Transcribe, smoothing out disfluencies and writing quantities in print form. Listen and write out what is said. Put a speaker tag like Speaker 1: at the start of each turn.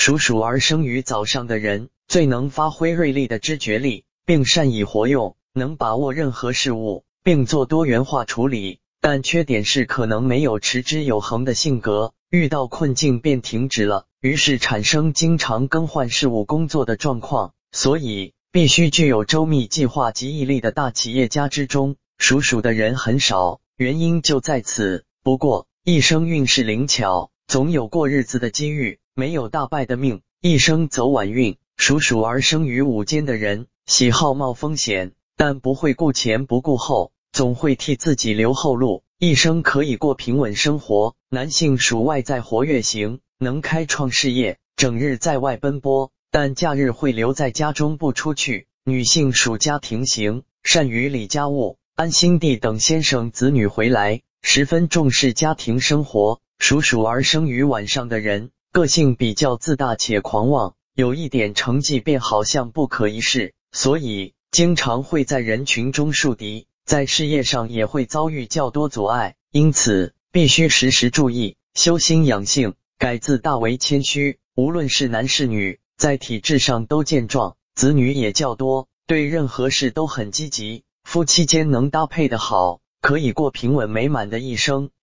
Speaker 1: 属鼠而生于早上的人，最能发挥锐利的知觉力，并善以活用，能把握任何事物，并做多元化处理。但缺点是可能没有持之有恒的性格，遇到困境便停止了，于是产生经常更换事务工作的状况。所以必须具有周密计划及毅力的大企业家之中，属鼠的人很少，原因就在此。不过一生运势灵巧，总有过日子的机遇，没有大败的命，一生走晚运。属鼠而生于午间的人，喜好冒风险，但不会顾前不顾后，总会替自己留后路，一生可以过平稳生活。男性属外在活跃型，能开创事业，整日在外奔波，但假日会留在家中不出去。女性属家庭型，善于理家务，安心地等先生子女回来，十分重视家庭生活。属鼠而生于晚上的人，个性比较自大且狂妄，有一点成绩便好像不可一世，所以经常会在人群中树敌，在事业上也会遭遇较多阻碍，因此必须时时注意，修心养性，改自大为谦虚。无论是男是女，在体质上都健壮，子女也较多，对任何事都很积极，夫妻间能搭配得好，可以过平稳美满的一生。